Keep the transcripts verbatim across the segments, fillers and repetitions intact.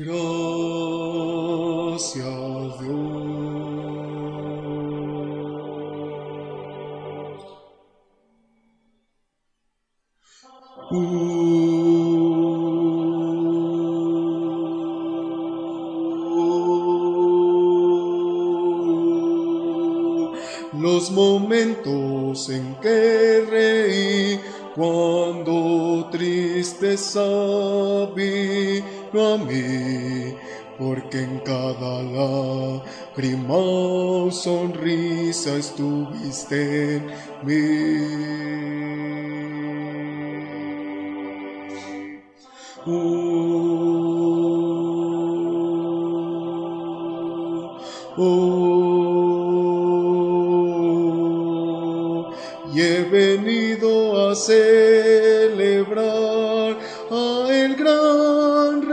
Gracias, Dios. Uh, los momentos en que reí, cuando tristeza vino a mí, porque en cada lágrima o sonrisa estuviste en mí. Oh, oh, y he venido a celebrar a el gran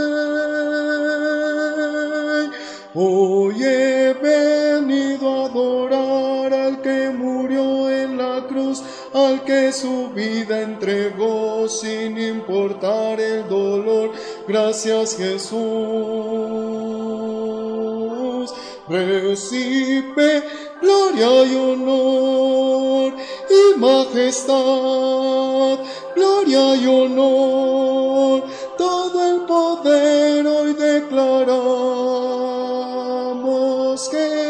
Rey. Hoy he venido a adorar al que murió en la cruz, al que su vida entregó sin importar el dolor. Gracias, Jesús. Recibe gloria y honor y majestad, gloria y honor, todo el poder hoy declaramos que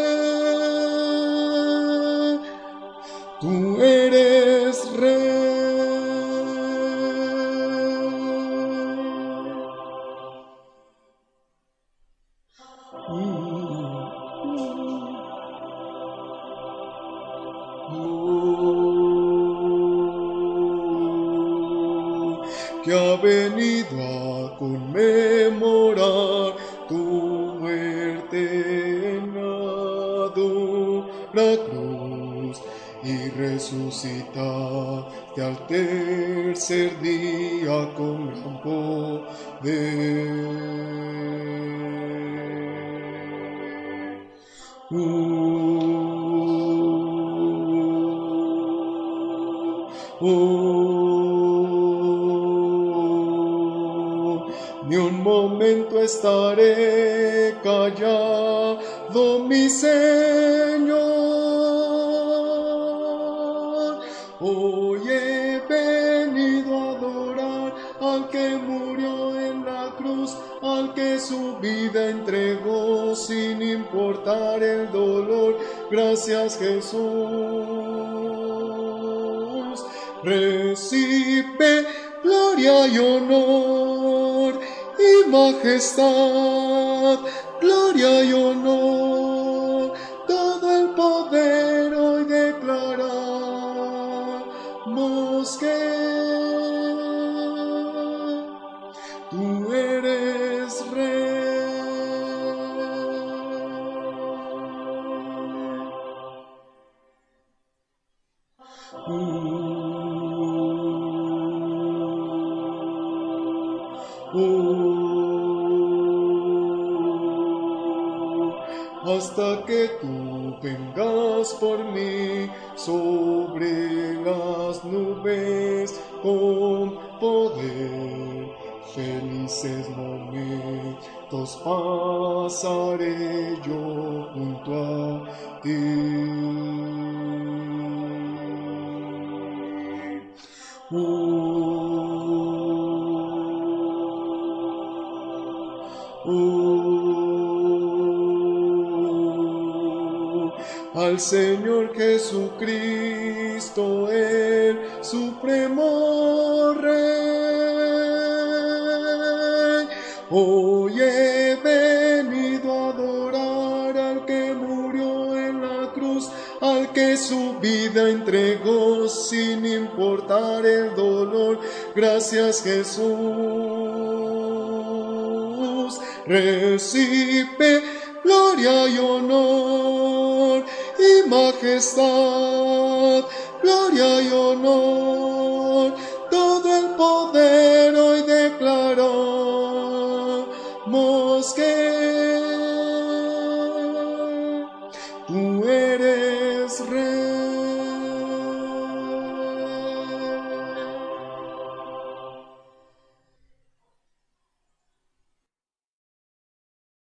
tú eres Rey. Que ha venido a conmemorar tu muerte en la cruz y resucitaste al tercer día con gran poder. Uh, uh, Ni un momento estaré callado, mi Señor. Hoy he venido a adorar al que murió en la cruz, al que su vida entregó sin importar el dolor. Gracias, Jesús. Recibe gloria y honor y majestad, gloria y honor, todo el poder hoy declaramos que tú eres Rey. Uh, Uh, hasta que tú vengas por mí sobre las nubes con poder. Felices momentos pasaré yo junto a ti. Uh, Uh, al Señor Jesucristo, el supremo Rey. Hoy he venido a adorar al que murió en la cruz, al que su vida entregó sin importar el dolor. Gracias, Jesús. Recibe gloria y honor y majestad, gloria y honor, todo el poder hoy declaramos que